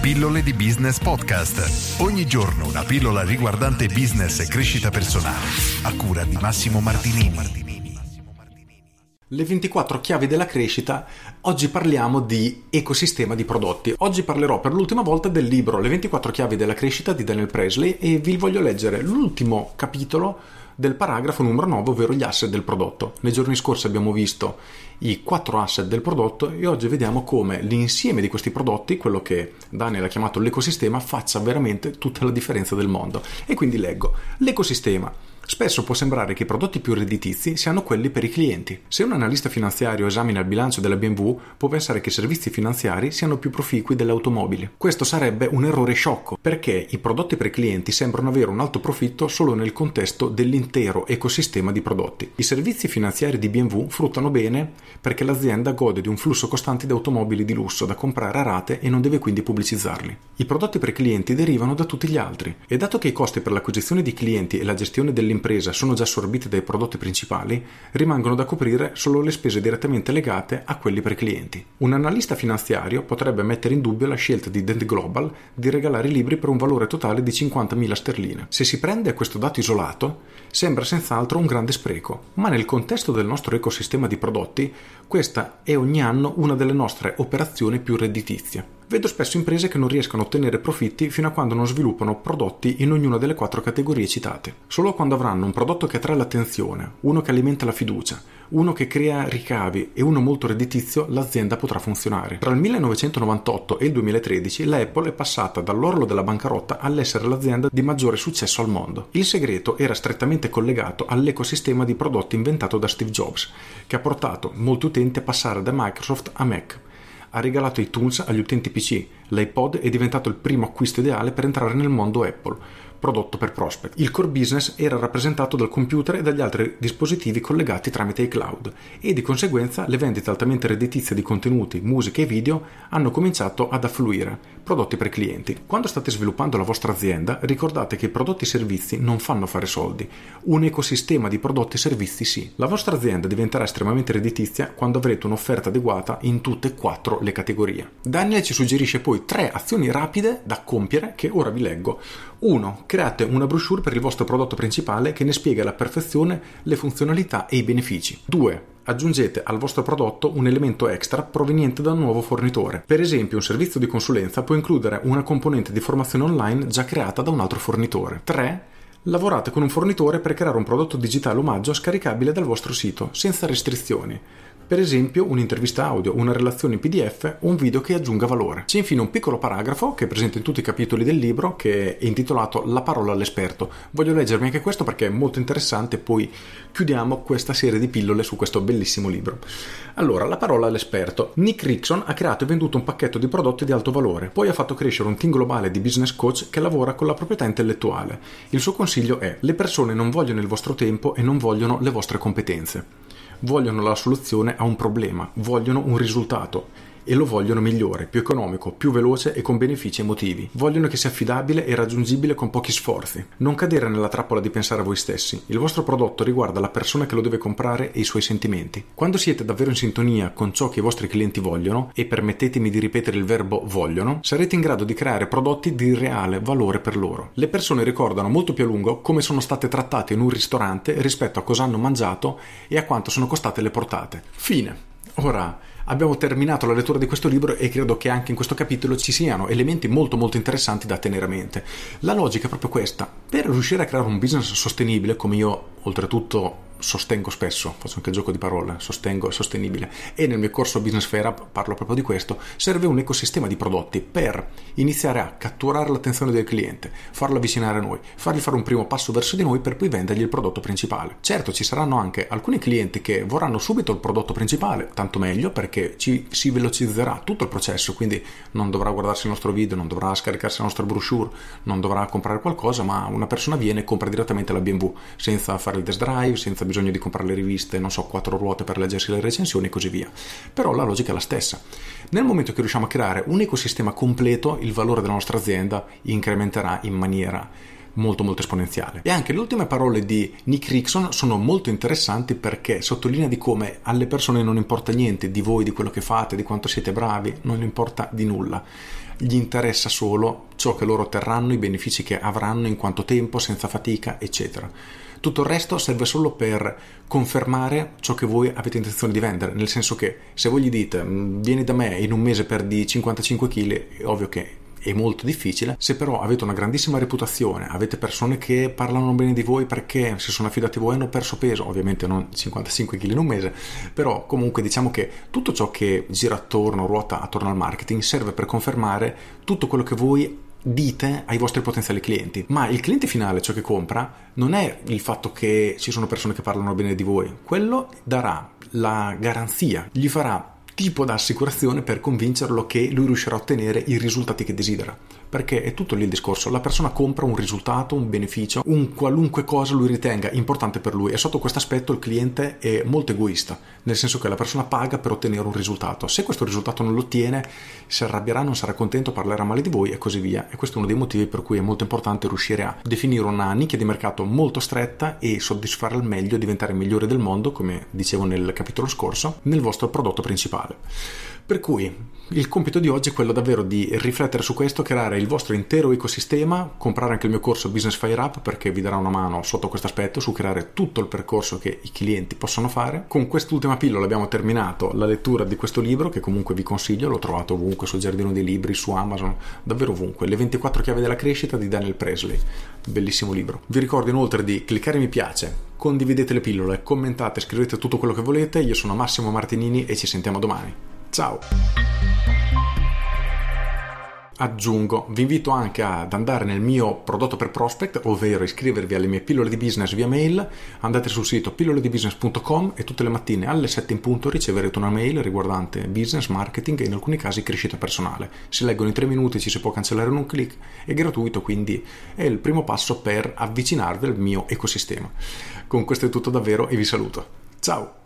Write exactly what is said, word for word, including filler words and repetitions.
Pillole di Business Podcast. Ogni giorno una pillola riguardante business e crescita personale. A cura di Massimo Martinini. Le ventiquattro chiavi della crescita. Oggi parliamo di ecosistema di prodotti. Oggi parlerò per l'ultima volta del libro Le ventiquattro chiavi della crescita di Daniel Presley e vi voglio leggere l'ultimo capitolo del paragrafo numero nove, ovvero gli asset del prodotto. Nei giorni scorsi abbiamo visto i quattro asset del prodotto e oggi vediamo come l'insieme di questi prodotti, quello che Daniel ha chiamato l'ecosistema, faccia veramente tutta la differenza del mondo. E quindi leggo: l'ecosistema. Spesso può sembrare che i prodotti più redditizi siano quelli per i clienti. Se un analista finanziario esamina il bilancio della B M W, può pensare che i servizi finanziari siano più proficui delle automobili. Questo sarebbe un errore sciocco, perché i prodotti per i clienti sembrano avere un alto profitto solo nel contesto dell'intero ecosistema di prodotti. I servizi finanziari di B M W fruttano bene perché l'azienda gode di un flusso costante di automobili di lusso da comprare a rate e non deve quindi pubblicizzarli. I prodotti per i clienti derivano da tutti gli altri, e dato che i costi per l'acquisizione di clienti e la gestione dell'impresa sono già assorbite dai prodotti principali, rimangono da coprire solo le spese direttamente legate a quelli per clienti. Un analista finanziario potrebbe mettere in dubbio la scelta di Dent Global di regalare libri per un valore totale di cinquantamila sterline. Se si prende questo dato isolato, sembra senz'altro un grande spreco, ma nel contesto del nostro ecosistema di prodotti, questa è ogni anno una delle nostre operazioni più redditizie. Vedo spesso imprese che non riescono a ottenere profitti fino a quando non sviluppano prodotti in ognuna delle quattro categorie citate. Solo quando avranno un prodotto che attrae l'attenzione, uno che alimenta la fiducia, uno che crea ricavi e uno molto redditizio, l'azienda potrà funzionare. Tra il millenovecentonovantotto e il duemilatredici la Apple è passata dall'orlo della bancarotta all'essere l'azienda di maggiore successo al mondo. Il segreto era strettamente collegato all'ecosistema di prodotti inventato da Steve Jobs, che ha portato molti utenti a passare da Microsoft a Mac. Ha regalato iTunes agli utenti P C, l'iPod è diventato il primo acquisto ideale per entrare nel mondo Apple, prodotto per prospect. Il core business era rappresentato dal computer e dagli altri dispositivi collegati tramite iCloud e di conseguenza le vendite altamente redditizie di contenuti, musica e video hanno cominciato ad affluire, prodotti per clienti. Quando state sviluppando la vostra azienda, ricordate che i prodotti e servizi non fanno fare soldi, un ecosistema di prodotti e servizi sì. La vostra azienda diventerà estremamente redditizia quando avrete un'offerta adeguata in tutte e quattro le categorie. Daniel ci suggerisce poi tre azioni rapide da compiere che ora vi leggo. uno. Create una brochure per il vostro prodotto principale che ne spiega alla perfezione le funzionalità e i benefici. due. Aggiungete al vostro prodotto un elemento extra proveniente da un nuovo fornitore. Per esempio, un servizio di consulenza può includere una componente di formazione online già creata da un altro fornitore. tre. Lavorate con un fornitore per creare un prodotto digitale omaggio scaricabile dal vostro sito, senza restrizioni. Per esempio un'intervista audio, una relazione in P D F o un video che aggiunga valore. C'è infine un piccolo paragrafo che è presente in tutti i capitoli del libro che è intitolato La parola all'esperto. Voglio leggermi anche questo perché è molto interessante, poi chiudiamo questa serie di pillole su questo bellissimo libro. Allora, la parola all'esperto. Nick Rickson ha creato e venduto un pacchetto di prodotti di alto valore, poi ha fatto crescere un team globale di business coach che lavora con la proprietà intellettuale. Il suo consiglio è: le persone non vogliono il vostro tempo e non vogliono le vostre competenze. Vogliono la soluzione a un problema, vogliono un risultato e lo vogliono migliore, più economico, più veloce e con benefici emotivi. Vogliono che sia affidabile e raggiungibile con pochi sforzi. Non cadere nella trappola di pensare a voi stessi. Il vostro prodotto riguarda la persona che lo deve comprare e i suoi sentimenti. Quando siete davvero in sintonia con ciò che i vostri clienti vogliono, e permettetemi di ripetere il verbo vogliono, sarete in grado di creare prodotti di reale valore per loro. Le persone ricordano molto più a lungo come sono state trattate in un ristorante rispetto a cosa hanno mangiato e a quanto sono costate le portate. Fine. Ora abbiamo terminato la lettura di questo libro e credo che anche in questo capitolo ci siano elementi molto molto interessanti da tenere a mente. La logica è proprio questa: per riuscire a creare un business sostenibile, come io oltretutto sostengo spesso, faccio anche il gioco di parole, sostengo, è sostenibile, e nel mio corso Business Fair Up parlo proprio di questo, serve un ecosistema di prodotti per iniziare a catturare l'attenzione del cliente, farlo avvicinare a noi, fargli fare un primo passo verso di noi per poi vendergli il prodotto principale. Certo, ci saranno anche alcuni clienti che vorranno subito il prodotto principale, tanto meglio, perché ci si velocizzerà tutto il processo, quindi non dovrà guardarsi il nostro video, non dovrà scaricarsi la nostra brochure, non dovrà comprare qualcosa, ma una persona viene e compra direttamente la B M W senza fare il test drive, senza bisogno di comprare le riviste, non so, quattro ruote per leggersi le recensioni e così via. Però la logica è la stessa. Nel momento che riusciamo a creare un ecosistema completo, il valore della nostra azienda incrementerà in maniera molto molto esponenziale. E anche le ultime parole di Nick Rickson sono molto interessanti perché sottolinea di come alle persone non importa niente di voi, di quello che fate, di quanto siete bravi, non importa di nulla. Gli interessa solo ciò che loro otterranno, i benefici che avranno, in quanto tempo, senza fatica, eccetera. Tutto il resto serve solo per confermare ciò che voi avete intenzione di vendere, nel senso che se voi gli dite vieni da me in un mese perdi cinquantacinque chili, è ovvio che è molto difficile. Se però avete una grandissima reputazione, avete persone che parlano bene di voi perché si sono affidati a voi e hanno perso peso, ovviamente non cinquantacinque chili in un mese, però comunque diciamo che tutto ciò che gira attorno, ruota attorno al marketing serve per confermare tutto quello che voi dite ai vostri potenziali clienti. Ma il cliente finale, ciò che compra, non è il fatto che ci sono persone che parlano bene di voi, quello darà la garanzia, gli farà tipo da assicurazione per convincerlo che lui riuscirà a ottenere i risultati che desidera, perché è tutto lì il discorso. La persona compra un risultato, un beneficio, un qualunque cosa lui ritenga importante per lui, e sotto questo aspetto il cliente è molto egoista, nel senso che la persona paga per ottenere un risultato. Se questo risultato non lo ottiene si arrabbierà, non sarà contento, parlerà male di voi e così via. E questo è uno dei motivi per cui è molto importante riuscire a definire una nicchia di mercato molto stretta e soddisfare al meglio, diventare il migliore del mondo, come dicevo nel capitolo scorso, nel vostro prodotto principale. Per cui il compito di oggi è quello davvero di riflettere su questo, creare il vostro intero ecosistema, comprare anche il mio corso Business Fire Up perché vi darà una mano sotto questo aspetto, su creare tutto il percorso che i clienti possono fare. Con quest'ultima pillola abbiamo terminato la lettura di questo libro, che comunque vi consiglio, l'ho trovato ovunque, sul giardino dei libri, su Amazon, davvero ovunque, Le ventiquattro chiavi della crescita di Daniel Presley, bellissimo libro. Vi ricordo inoltre di cliccare mi piace, condividete le pillole, commentate, scrivete tutto quello che volete. Io sono Massimo Martinini e ci sentiamo domani. Ciao! Aggiungo, vi invito anche ad andare nel mio prodotto per prospect, ovvero iscrivervi alle mie pillole di business via mail. Andate sul sito pillole di business punto com e tutte le mattine alle sette in punto riceverete una mail riguardante business, marketing e in alcuni casi crescita personale. Si leggono in tre minuti, ci si può cancellare in un click, è gratuito, quindi è il primo passo per avvicinarvi al mio ecosistema. Con questo è tutto davvero e vi saluto. Ciao!